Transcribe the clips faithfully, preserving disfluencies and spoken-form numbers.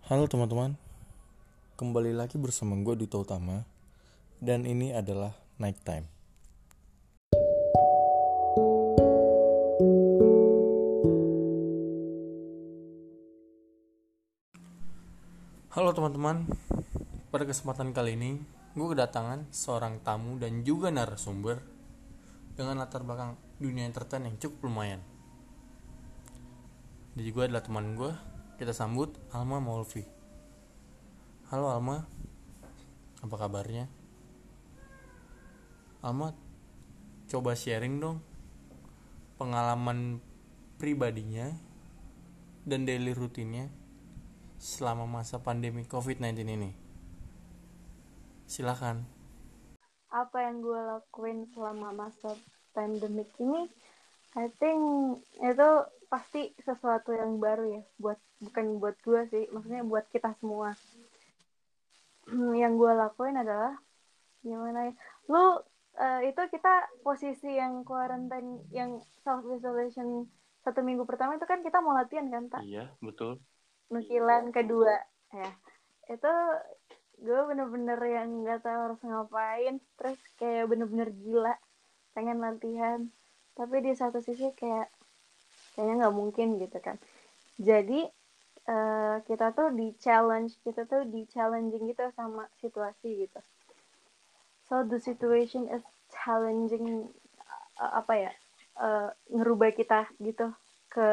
Halo teman-teman, kembali lagi bersama gue Duta Utama. Dan ini adalah Night Time. Halo teman-teman, pada kesempatan kali ini gue kedatangan seorang tamu dan juga narasumber dengan latar belakang dunia entertain yang cukup lumayan. Jadi gue adalah teman gue, kita sambut Alma Maulvi. Halo Alma, apa kabarnya? Alma, coba sharing dong pengalaman pribadinya dan daily rutinnya selama masa pandemi covid sembilan belas ini. Silakan. Apa yang gue lakuin selama masa pandemic ini, I think itu pasti sesuatu yang baru ya, buat bukan buat gue sih, maksudnya buat kita semua. Yang gue lakuin adalah gimana ya, lu uh, itu kita posisi yang quarantine, yang self isolation satu minggu pertama itu kan kita mau latihan kan, tak? Iya, betul. Nukilan kedua, ya itu gue bener-bener yang nggak tahu harus ngapain, terus kayak bener-bener gila pengen latihan, tapi di satu sisi kayak kayaknya nggak mungkin gitu kan. Jadi uh, kita tuh di challenge kita tuh di challenging gitu sama situasi gitu. So the situation is challenging, uh, apa ya, uh, ngerubah kita gitu ke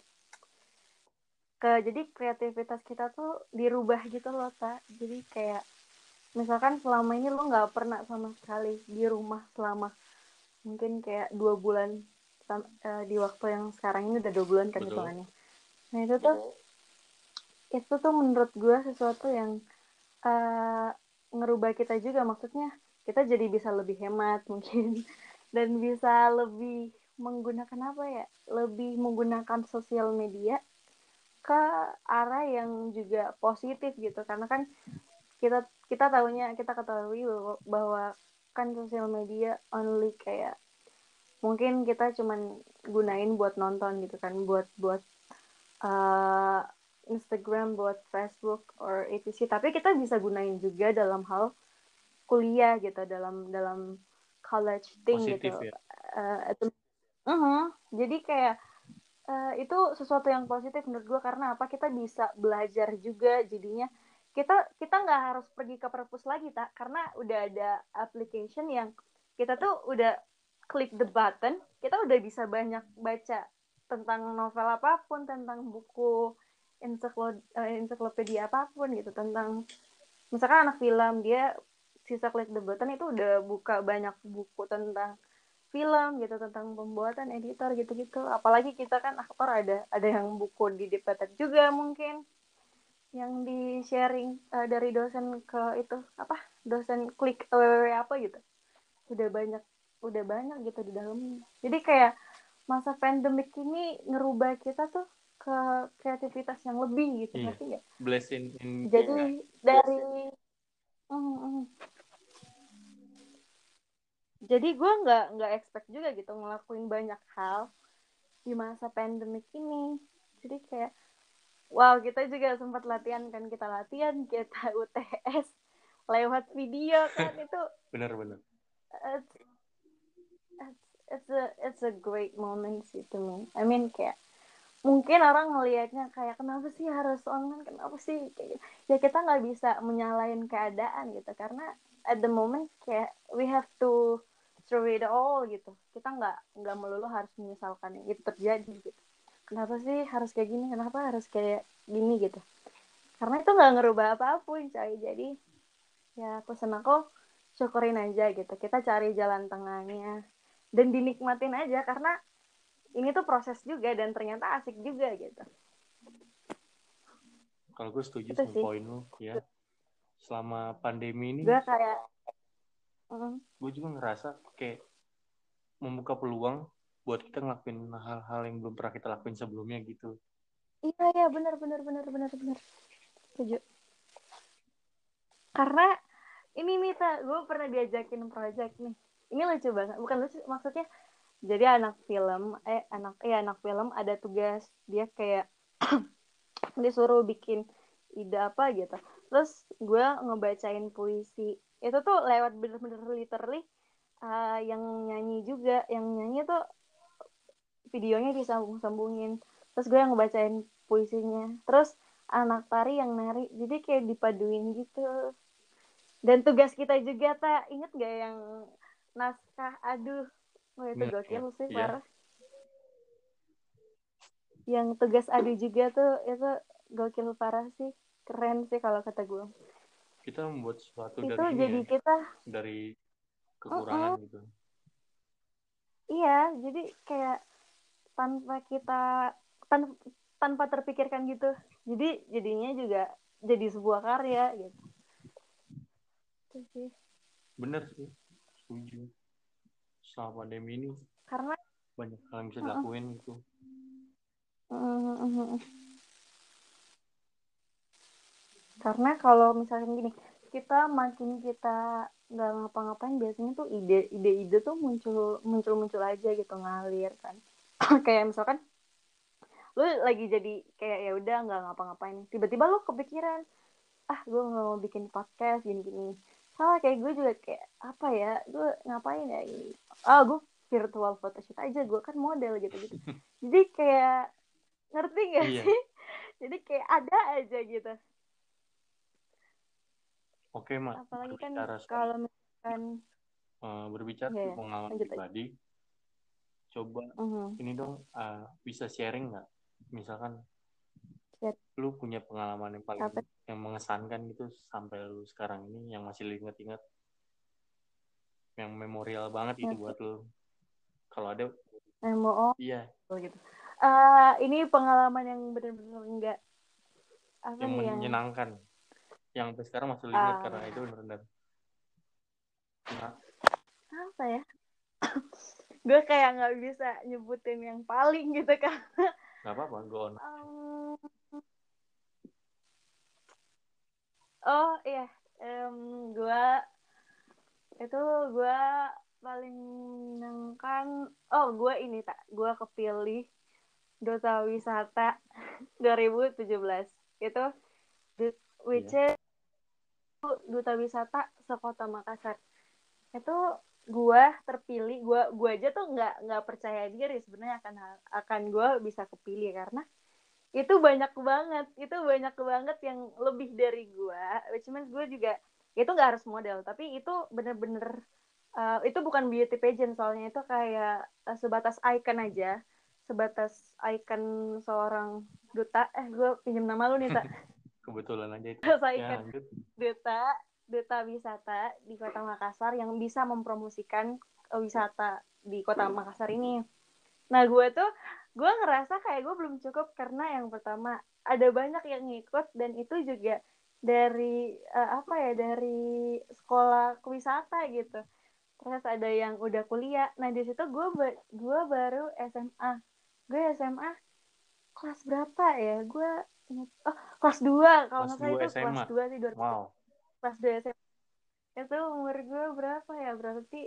ke jadi kreativitas kita tuh dirubah gitu loh, tak. Jadi kayak misalkan selama ini lo nggak pernah sama sekali di rumah selama mungkin kayak dua bulan, uh, di waktu yang sekarang ini udah dua bulan kan Betul. hitungannya. Nah itu tuh itu tuh menurut gue sesuatu yang uh, ngerubah kita juga, maksudnya kita jadi bisa lebih hemat mungkin dan bisa lebih menggunakan apa ya, lebih menggunakan sosial media ke arah yang juga positif gitu, karena kan kita kita tahunya kita ketahui bahwa, bahwa kan sosial media only kayak mungkin kita cuman gunain buat nonton gitu kan, buat buat uh, Instagram, buat Facebook or et cetera. Tapi kita bisa gunain juga dalam hal kuliah gitu, dalam dalam college thing gitu. Positif ya. Uh, itu, uh-huh. Jadi kayak uh, itu sesuatu yang positif menurut gue, karena apa, kita bisa belajar juga jadinya. Kita kita nggak harus pergi ke perpus lagi, tak, karena udah ada application yang kita tuh udah klik the button, kita udah bisa banyak baca tentang novel apapun, tentang buku ensiklo, uh, ensiklopedia apapun gitu, tentang misalkan anak film, dia sisa klik the button itu udah buka banyak buku tentang film gitu, tentang pembuatan editor gitu-gitu. Apalagi kita kan aktor, ada ada yang buku di Diplomat juga mungkin yang di sharing uh, dari dosen ke itu apa, dosen klik aww apa gitu, udah banyak udah banyak gitu di dalamnya. Jadi kayak masa pandemik ini ngerubah kita tuh ke kreativitas yang lebih gitu, Iya. ngerti nggak? Blessing in Jadi dari mm, mm. jadi gue nggak nggak expect juga gitu ngelakuin banyak hal di masa pandemik ini. Jadi kayak wow, kita juga sempat latihan kan, kita latihan, kita U T S lewat video kan, itu benar-benar. it's, it's, it's a it's a great moment sih to me. I mean kayak mungkin orang ngelihatnya kayak kenapa sih harus online, kenapa sih kayak gitu. Ya kita nggak bisa menyalahin keadaan gitu, karena at the moment kayak we have to through it all gitu. Kita nggak nggak melulu harus menyesalkan yang itu terjadi gitu. Kenapa sih harus kayak gini, kenapa harus kayak gini gitu, karena itu nggak ngerubah apapun coy. Jadi ya aku senang kok, syukurin aja gitu, kita cari jalan tengahnya dan dinikmatin aja, karena ini tuh proses juga dan ternyata asik juga gitu. Kalau gue setuju Itu sama sih, poin lu ya. Selama pandemi ini gue kayak mm, gue juga ngerasa kayak membuka peluang buat kita ngelakuin hal-hal yang belum pernah kita lakuin sebelumnya gitu. iya ya, benar benar benar benar benar, setuju. Karena ini nih, tak, gue pernah diajakin project nih, ini lucu banget, bukan lucu maksudnya. Jadi anak film eh anak eh anak film ada tugas, dia kayak disuruh bikin ide apa gitu. Terus gue ngebacain puisi itu tuh lewat bener-bener literally uh, yang nyanyi juga, yang nyanyi tuh videonya disambung-sambungin, terus gue yang ngebacain puisinya, terus anak tari yang nari, jadi kayak dipaduin gitu. Dan tugas kita juga, tak inget gak yang naskah, aduh, wah itu Ingat, ingat. gokil sih, Iya. parah. Yang tugas adu juga tuh itu gokil parah sih, keren sih kalau kata gue. Kita membuat sesuatu Itu dari ini jadi ya, kita dari kekurangan uh-uh, gitu. iya, jadi kayak tanpa kita tan tanpa terpikirkan gitu, jadi jadinya juga jadi sebuah karya gitu. Itu sih. Bener sih, setuju. Selama pandemi ini Karena banyak hal yang bisa uh-uh, dilakuin gitu. uh-uh, uh-uh. Karena kalau misalnya gini, kita makin kita nggak ngapa-ngapain, biasanya tuh ide ide-ide tuh muncul muncul muncul aja gitu, ngalir kan. Kayak misalkan lu lagi jadi kayak ya udah nggak ngapa-ngapain, tiba-tiba lu kepikiran, ah gue nggak mau bikin podcast gini-gini. Salah, kayak gue juga kayak apa ya, gue ngapain ya ini, ah gue virtual photoshoot aja, gue kan model gitu-gitu. Jadi kayak, ngerti gak Iya. sih? Jadi kayak ada aja gitu. Oke, Mak. Apalagi kan Berbicara soal kalau misalkan uh, berbicara ya, soal ya pengalaman lanjut aja. pribadi, coba uh-huh. ini dong uh, bisa sharing nggak? Misalkan Ya, lu punya pengalaman yang paling apa yang mengesankan gitu sampai lu sekarang ini yang masih lu inget-inget, yang memorial banget itu buat lu. Kalau ada, mau iya, gitu. Uh, ini pengalaman yang benar-benar enggak apa yang nih, yang menyenangkan, yang sampai sekarang masih lu inget uh, karena itu benar-benar. Nah, apa ya? Gue kayak nggak bisa nyebutin yang paling gitu kan. nggak apa-apa, go on. um, oh iya, um, gue itu gue paling menyenangkan. Oh, gue ini tak, gue kepilih Duta Wisata dua ribu tujuh belas itu, which Iya. is Duta Wisata sekota Makassar. Itu gue terpilih, gue gue aja tuh nggak nggak percaya diri sebenarnya akan akan gue bisa kepilih, karena itu banyak banget, itu banyak banget yang lebih dari gue, which means gue juga itu nggak harus model, tapi itu bener-bener uh, itu bukan beauty pageant, soalnya itu kayak uh, sebatas icon aja, sebatas icon seorang duta, eh gue pinjam nama lu nih tak. Kebetulan aja itu. Ya, Icon lanjut. duta duta wisata di Kota Makassar yang bisa mempromosikan uh, wisata di Kota Makassar ini. Nah, gue tuh gue ngerasa kayak gue belum cukup, karena yang pertama ada banyak yang ngikut, dan itu juga dari uh, apa ya, dari sekolah kewisata gitu. Terus ada yang udah kuliah. Nah, di situ gue gue baru S M A. Gue S M A kelas berapa ya? Gue oh, kelas dua kalau Kelas nggak salah, dua itu S M kelas A. dua sih, dua ribu. Wow. Kelas dua S M A. Itu umur gue berapa ya? Berarti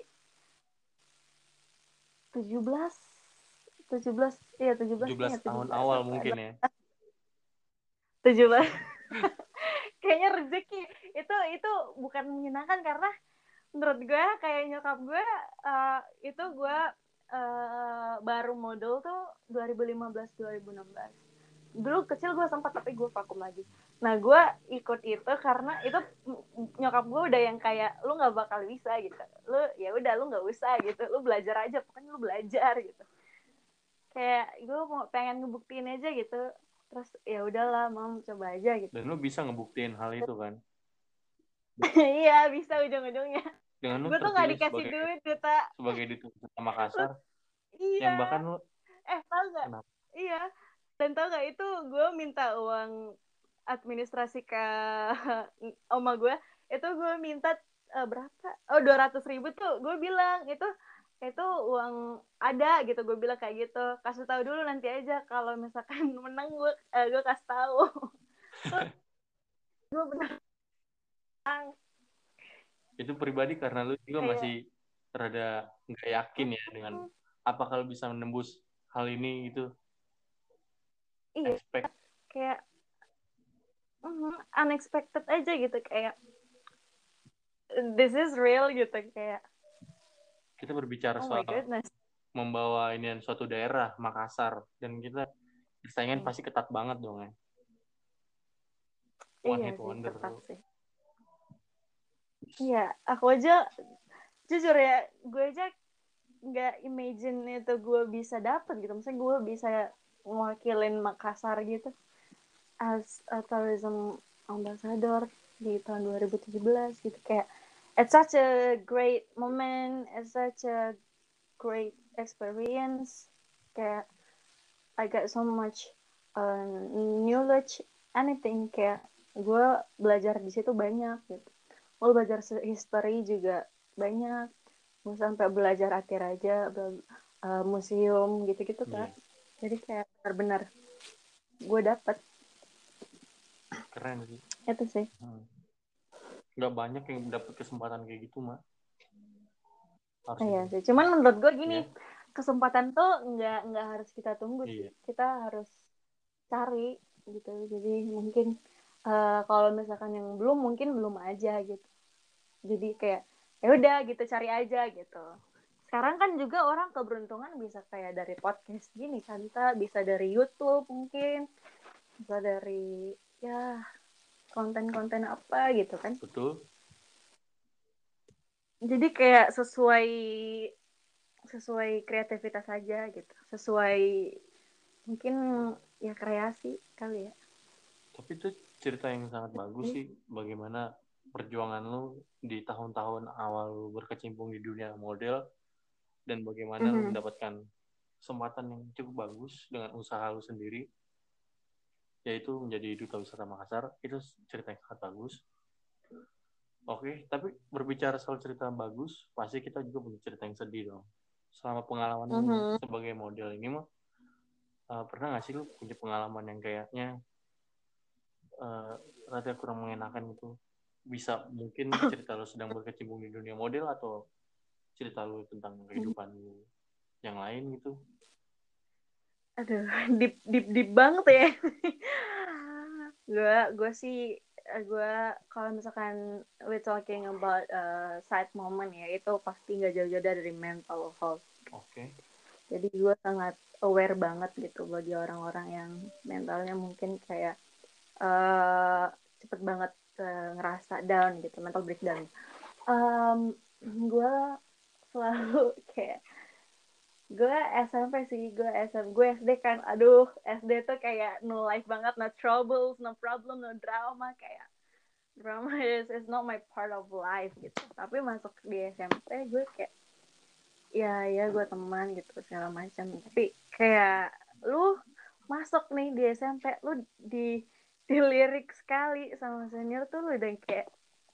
tujuh belas, tujuh belas, iya tujuh belas tujuh belas nih ya, tujuh tahun belas awal apa mungkin ya. tujuh belas. Kayaknya rezeki itu itu bukan menyenangkan, karena menurut gue kayak nyokap gue uh, itu gue uh, baru model tuh dua ribu lima belas dua ribu enam belas. Dulu kecil gue sempat, tapi gue vakum lagi. Nah, gue ikut itu karena itu nyokap gue udah yang kayak, lu nggak bakal bisa gitu, lu ya udah lu nggak usah gitu, lu belajar aja, pokoknya lu belajar gitu. Kayak gue mau pengen ngebuktiin aja gitu, terus ya udahlah mau coba aja gitu. Dan lu bisa ngebuktiin hal itu kan. Iya, bisa ujung-ujungnya. Dengan lu Gue tuh nggak terpilih dikasih sebagai duit, Duta. sebagai duta wisata Lu, Makassar, yang iya. bahkan lu Eh, tau nggak? kenapa? Iya. Dan tau nggak, itu gue minta uang administrasi ke oma gue. Itu gue minta uh, berapa? Oh, dua ratus ribu tuh. Gue bilang, itu itu uang ada gitu. Gue bilang kayak gitu. Kasih tahu dulu, nanti aja. Kalau misalkan menang, gue, uh, gue kasih tahu. Gue benar Itu pribadi karena lu juga kayak, masih rada nggak yakin ya dengan apa kalau bisa menembus hal ini gitu. iya, Expect kayak unexpected aja gitu, kayak this is real gitu, kayak Kita berbicara oh my soal goodness. membawa ini suatu daerah Makassar, dan kita persaingan Hmm. pasti ketat banget dong ya. One Iya hit sih, wonder. ketat sih. Iya, aku aja jujur ya, gue aja nggak imagine itu gue bisa dapet gitu, maksudnya gue bisa ngewakilin Makassar gitu as a tourism ambassador di tahun dua ribu tujuh belas gitu, kayak it's such a great moment, it's such a great experience, kayak I got so much uh, knowledge, anything, kayak gue belajar di situ banyak gitu, gue belajar history juga banyak, gue sampai belajar akhir aja uh, museum gitu-gitu kan. Yeah. Jadi kayak benar-benar gue dapet. Keren sih. Itu sih. Hmm. Nggak banyak yang dapat kesempatan kayak gitu mah. Harus iya sih. Cuman menurut gue gini, yeah. kesempatan tuh nggak nggak harus kita tunggu sih. Yeah. Kita harus cari gitu. Jadi mungkin uh, kalau misalkan yang belum, mungkin belum aja gitu. Jadi kayak ya udah gitu, cari aja gitu. Sekarang kan juga orang keberuntungan bisa kayak dari podcast gini, Santa, bisa dari YouTube mungkin, bisa dari ya konten-konten apa gitu kan. Betul. Jadi kayak sesuai sesuai kreativitas aja gitu, sesuai mungkin ya kreasi kali ya. Tapi itu cerita yang sangat bagus sih, bagaimana perjuangan lu di tahun-tahun awal lu berkecimpung di dunia model, dan bagaimana mm-hmm. lu mendapatkan kesempatan yang cukup bagus dengan usaha lu sendiri, yaitu menjadi duta wisata Makassar. Itu cerita yang sangat bagus. Oke, tapi berbicara soal cerita bagus, pasti kita juga punya cerita yang sedih dong. Selama pengalaman mm-hmm. sebagai model ini mah, uh, pernah nggak sih lu punya pengalaman yang kayaknya uh, rada kurang mengenakan gitu? Bisa mungkin cerita lu sedang berkecimpung di dunia model, atau cerita lu tentang kehidupan lu yang lain gitu? Aduh, deep deep deep banget ya. gue gue sih gue kalau misalkan we talking about uh, side moment ya, itu pasti nggak jauh-jauh dari mental health. Oke. Okay. Jadi gue sangat aware banget gitu bagi orang-orang yang mentalnya mungkin kayak uh, cepet banget uh, ngerasa down gitu, mental breakdown. Um, gue selalu kayak gue S M P sih, gue S M P, gue S D kan, aduh S D tuh kayak no life banget, no troubles, no problem, no drama, kayak drama is, is not my part of life gitu. Tapi masuk di S M P gue kayak ya ya gue teman gitu segala macam, tapi kayak lu masuk nih di S M P, lu di dilirik sekali sama senior tuh lu udah kayak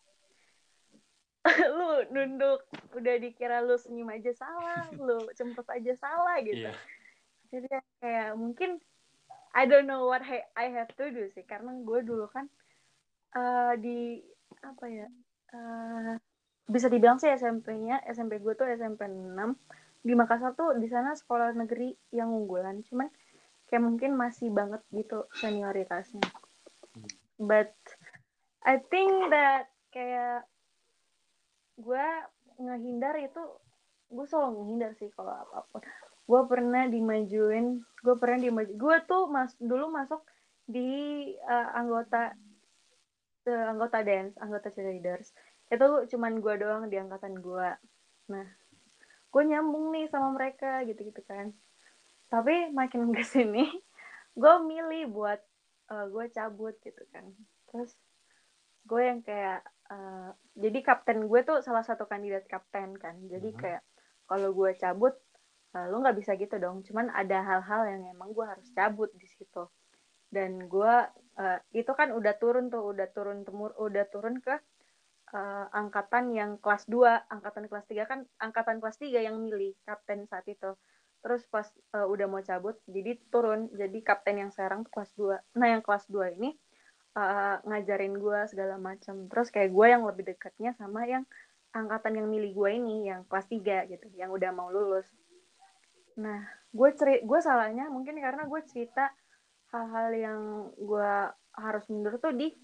lu nunduk, udah dikira lu senyum aja salah, lu cempet aja salah gitu. Yeah. Jadi kayak mungkin I don't know what I have to do sih, karena gue dulu kan uh, di apa ya uh, bisa dibilang sih S M P-nya, S M P gue tuh S M P enam di Makassar tuh, di sana sekolah negeri yang unggulan, cuman kayak mungkin masih banget gitu senioritasnya. But I think that kayak gue ngehindar itu, gue selalu ngehindar sih kalau apapun. Gue pernah dimajuin, gue pernah dimajuin, gue tuh mas dulu masuk di uh, anggota uh, anggota dance, anggota cheerleaders. Itu cuman gue doang di angkatan gue. Nah, gue nyambung nih sama mereka gitu-gitu kan. Tapi makin kesini, gue milih buat uh, gue cabut gitu kan. Terus gue yang kayak uh, jadi kapten gue tuh salah satu kandidat kapten kan. Jadi uh-huh. kayak kalau gue cabut, uh, lu nggak bisa gitu dong. Cuman ada hal-hal yang emang gue harus cabut di situ. Dan gue uh, itu kan udah turun tuh, udah turun temur, udah turun ke uh, angkatan yang kelas dua, angkatan kelas tiga kan, angkatan kelas tiga yang milih kapten saat itu. Terus pas uh, udah mau cabut, jadi turun, jadi kapten yang sekarang tuh kelas dua. Nah, yang kelas dua ini uh, ngajarin gue segala macam. Terus kayak gue yang lebih dekatnya sama yang angkatan yang milih gue ini, yang kelas tiga gitu, yang udah mau lulus. Nah, gue ceri- gue salahnya mungkin karena gue cerita hal-hal yang gue harus mundur tuh di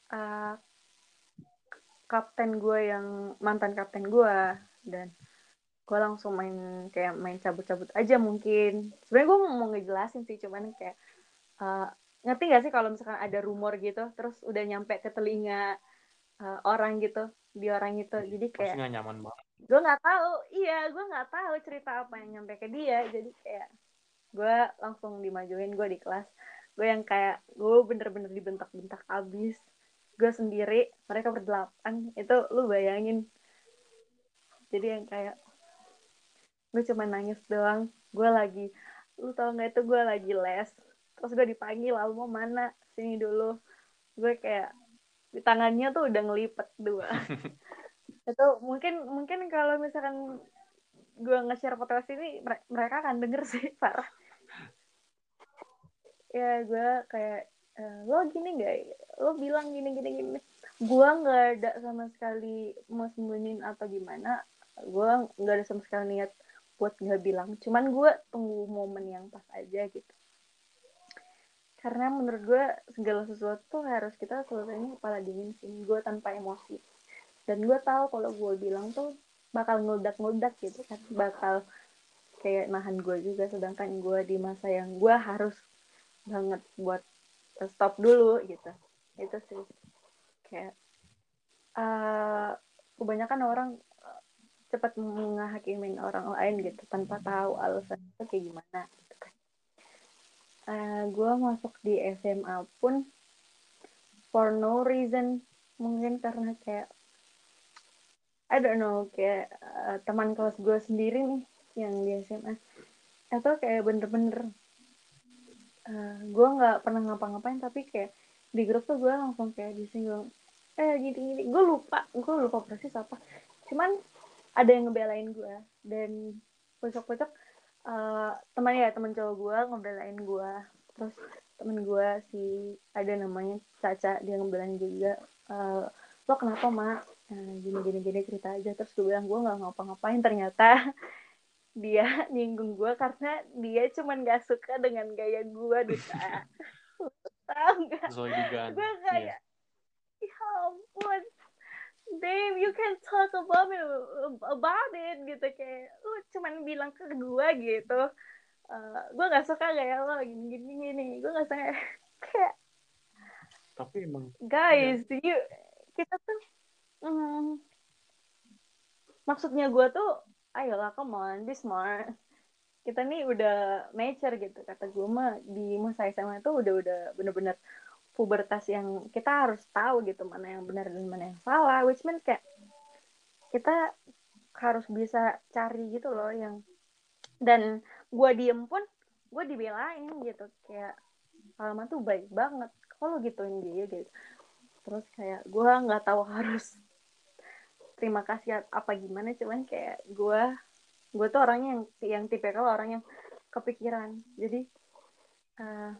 uh, kapten gue yang mantan kapten gue, dan gue langsung main kayak main cabut-cabut aja mungkin. Sebenarnya gue mau ngejelasin sih, cuman kayak uh, ngerti gak sih kalau misalkan ada rumor gitu terus udah nyampe ke telinga uh, orang gitu di orang itu, jadi Pasti kayak nggak nyaman banget. gue nggak tahu, iya gue nggak tahu cerita apa yang nyampe ke dia, jadi kayak gue langsung dimajuin, gue di kelas gue yang kayak gue bener-bener dibentak-bentak abis, gue sendiri mereka berdelapan, itu lu bayangin. Jadi yang kayak gue cuma nangis doang, gue lagi, lu tau nggak itu gue lagi les, terus gue dipanggil, lalu mau mana, sini dulu, gue kayak di tangannya tuh udah ngelipet dua. Itu mungkin mungkin kalau misalkan gue nge-share foto sini mereka akan denger sih, parah. Ya gue kayak e, lo gini gak, lo bilang gini gini gini, gue nggak ada sama sekali mau sembunyiin atau gimana, gue nggak ada sama sekali niat buat nggak bilang, cuman gue tunggu momen yang pas aja gitu, karena menurut gue segala sesuatu harus kita selesainya kepala dingin sih, gue tanpa emosi, dan gue tahu kalau gue bilang tuh bakal ngeledak-ngeledak gitu kan, bakal kayak nahan gue juga, sedangkan gue di masa yang gue harus banget buat stop dulu gitu. Itu sih kayak uh, kebanyakan orang uh, cepat menghakimin orang lain gitu tanpa tahu alasan itu kayak gimana gitu kan. Uh, gue masuk di S M A pun for no reason, mungkin karena kayak I don't know, kayak uh, teman kelas gue sendiri nih yang di S M A itu kayak bener-bener uh, gue nggak pernah ngapa-ngapain, tapi kayak di grup tuh gue langsung kayak disinggung, eh gini-gini, gue lupa gue lupa persis apa, cuman ada yang ngebelain gue, dan pojok-pojok uh, teman ya teman cowok gue ngebelain gue, terus temen gue si ada namanya Caca, dia ngebelain juga, uh, lo kenapa mak, nah, gini-gini gini cerita aja, terus gue bilang gue nggak ngapa-ngapain, ternyata dia nyinggung gue karena dia cuman gak suka dengan gaya gue, Duta. Tahu gak? Sesuai dugaan. Gue Iya. kayak, ya ampun, damn, you can talk about it, about it gitu, kayak lu cuman bilang ke gue gitu, uh, gue gak suka gaya lo gini gini gini, gue gak suka kayak, tapi emang guys, ya. you, kita tuh mm, maksudnya gue tuh ayolah, come on, be smart, kita nih udah mature gitu, kata gue mah di masa S M A itu udah udah bener-bener pubertas yang kita harus tahu gitu mana yang benar dan mana yang salah, which means kayak kita harus bisa cari gitu loh yang, dan gue diem pun gue dibelain gitu, kayak Salma tuh baik banget kalau gituin dia gitu, terus kayak gue nggak tahu harus terima kasih apa gimana, cuman kayak gue gue tuh orangnya yang yang tipikal orang yang kepikiran, jadi uh,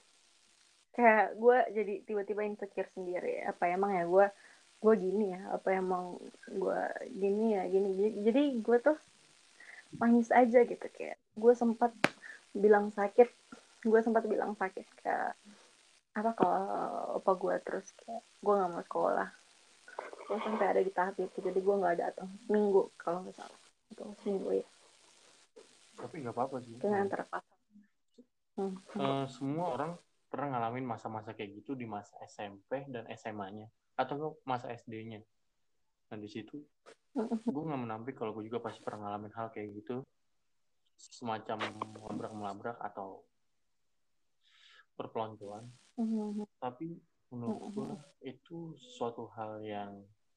kayak gue jadi tiba-tiba insecure sendiri, apa emang ya gue gue gini ya, apa emang gue gini ya gini, jadi gue tuh nangis aja gitu, kayak gue sempat bilang sakit gue sempat bilang sakit kayak apa kalau apa gue, terus kayak gue nggak mau sekolah, gue sampai ada di tahap itu, jadi gue nggak datang seminggu kalau nggak salah, atau seminggu ya, Tapi nggak apa-apa sih. dengan antara pasang. Hmm. Uh, semua orang pernah ngalamin masa-masa kayak gitu di masa S M P dan S M A-nya atau masa S D-nya. Nah di situ gue nggak menampik kalau gue juga pasti pernah ngalamin hal kayak gitu, semacam melabrak-melabrak atau perpeloncoan. Mm-hmm. Tapi menurut gue itu suatu hal yang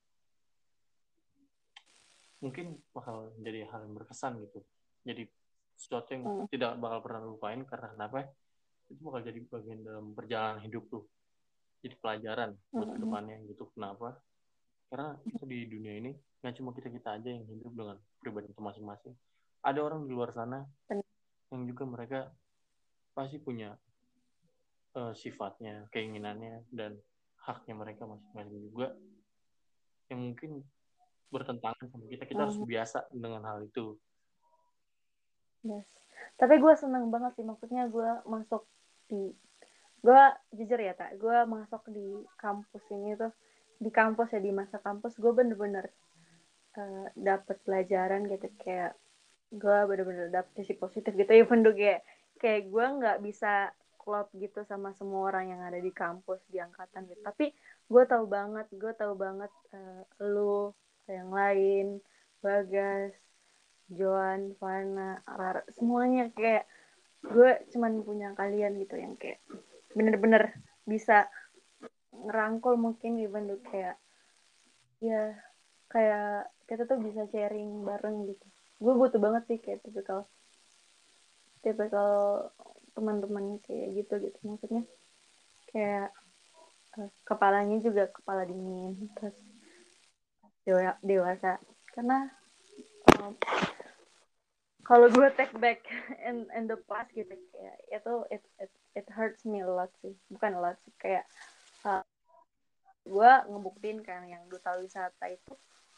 mungkin bakal jadi hal yang berkesan gitu. Jadi sesuatu yang Mm-hmm. tidak bakal pernah lupain, karena kenapa? Itu bakal jadi bagian dalam perjalanan hidup tuh. Jadi pelajaran buat Mm-hmm. kedepannya gitu. Kenapa? Karena kita di dunia ini nggak cuma kita-kita aja yang hidup dengan pribadi itu masing-masing. Ada orang di luar sana yang juga mereka pasti punya uh, sifatnya, keinginannya, dan haknya mereka masing-masing juga yang mungkin bertentangan sama kita. Kita harus biasa dengan hal itu. Yes. Tapi gue seneng banget sih, maksudnya gue masuk di, gue jujur ya tak, gue masuk di kampus ini tuh di kampus ya, di masa kampus gue bener-bener uh, dapet pelajaran gitu, kayak gue bener-bener dapet sisi positif gitu, even though kayak kayak gue nggak bisa klop gitu sama semua orang yang ada di kampus di angkatan gitu, tapi gue tahu banget gue tahu banget uh, lu yang lain, Bagas, Joan, Fana, Rara, semuanya kayak gue cuman punya kalian gitu yang kayak bener-bener bisa ngerangkul mungkin, even though kayak ya kayak kita tuh bisa sharing bareng gitu. Gue butuh banget sih kayak tipikal tipikal teman-teman kayak gitu gitu, maksudnya kayak uh, kepalanya juga kepala dingin, terus dewa, dewasa, karena um, kalau gue take back in, in the past gitu, kayak itu it, it, it hurts me a lot sih, bukan a lot sih, kayak uh, gue ngebuktiin kan yang duta wisata itu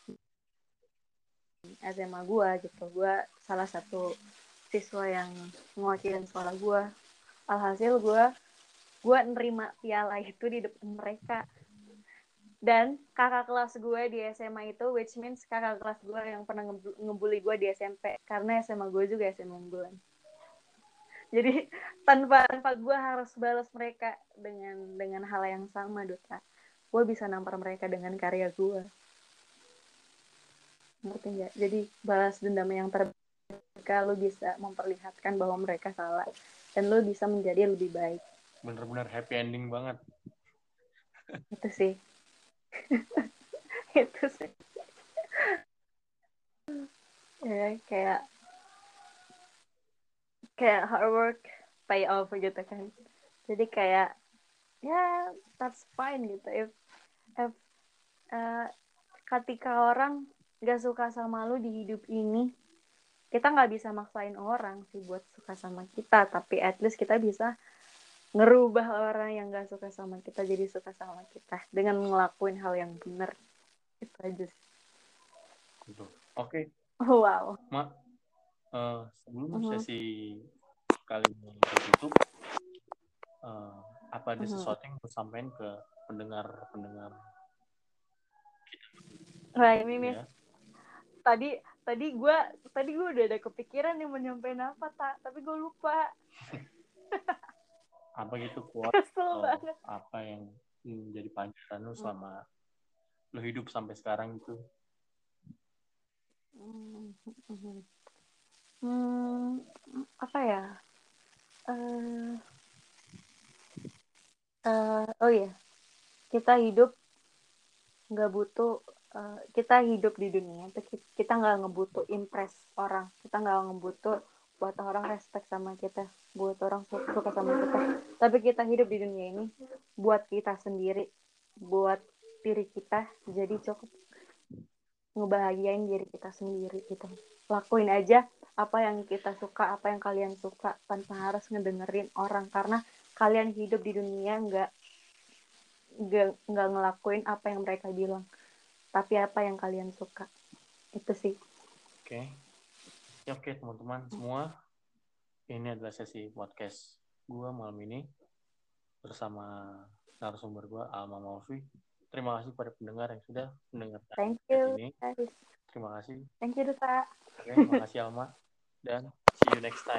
S M A gue gitu, gue salah satu siswa yang mewakilin sekolah gue, alhasil gue gue nerima piala itu di depan mereka, dan kakak kelas gue di S M A itu, which means kakak kelas gue yang pernah ngebully gue di S M P, karena S M A gue juga S M A unggulan. Jadi tanpa tanpa gue harus balas mereka dengan dengan hal yang sama, Duta, gue bisa nampar mereka dengan karya gue, ngerti nggak? Jadi balas dendam yang terbaik, lu bisa memperlihatkan bahwa mereka salah dan lu bisa menjadi lebih baik. Bener-bener happy ending banget. Itu sih. Itu sih. Ya, kayak kayak hard work pay off gitu kan. Jadi kayak ya yeah, that's fine gitu. If if uh, ketika orang gak suka sama lu di hidup ini, kita nggak bisa maksain orang sih buat suka sama kita, tapi at least kita bisa ngerubah orang yang gak suka sama kita jadi suka sama kita dengan ngelakuin hal yang benar. Itu aja sih. Oke. Okay. Oh, wow. Ma, uh, sebelum uh-huh. sesi kali ini ditutup, uh, apa ada uh-huh. sesuatu yang mau sampaikan ke pendengar-pendengar kita? Nah, ini nih. Ya. Tadi tadi gue tadi gue udah ada kepikiran yang menyampaikan apa tak, tapi gue lupa. Apa gitu kuat atau banget. Apa yang menjadi pelajaran lu selama hmm. lu hidup sampai sekarang itu? Hmm, hmm apa ya? Uh, uh, oh iya, kita hidup nggak butuh uh, kita hidup di dunia kita nggak ngebutuh impress orang, kita nggak ngebutuh buat orang respect sama kita, buat orang suka sama kita, tapi kita hidup di dunia ini buat kita sendiri, buat diri kita, jadi cukup ngebahagiain diri kita sendiri gitu. Lakuin aja apa yang kita suka, apa yang kalian suka, tanpa harus ngedengerin orang, karena kalian hidup di dunia nggak nggak nggak ngelakuin apa yang mereka bilang, tapi apa yang kalian suka. Itu sih. Oke. Okay. Ya oke okay, teman-teman semua, ini adalah sesi podcast gue malam ini bersama narasumber gue Alma Malfi. Terima kasih pada pendengar yang sudah mendengarkan Thank you, ini. Terima kasih. Thank you, Duta. Oke, okay, makasih Alma, dan see you next time.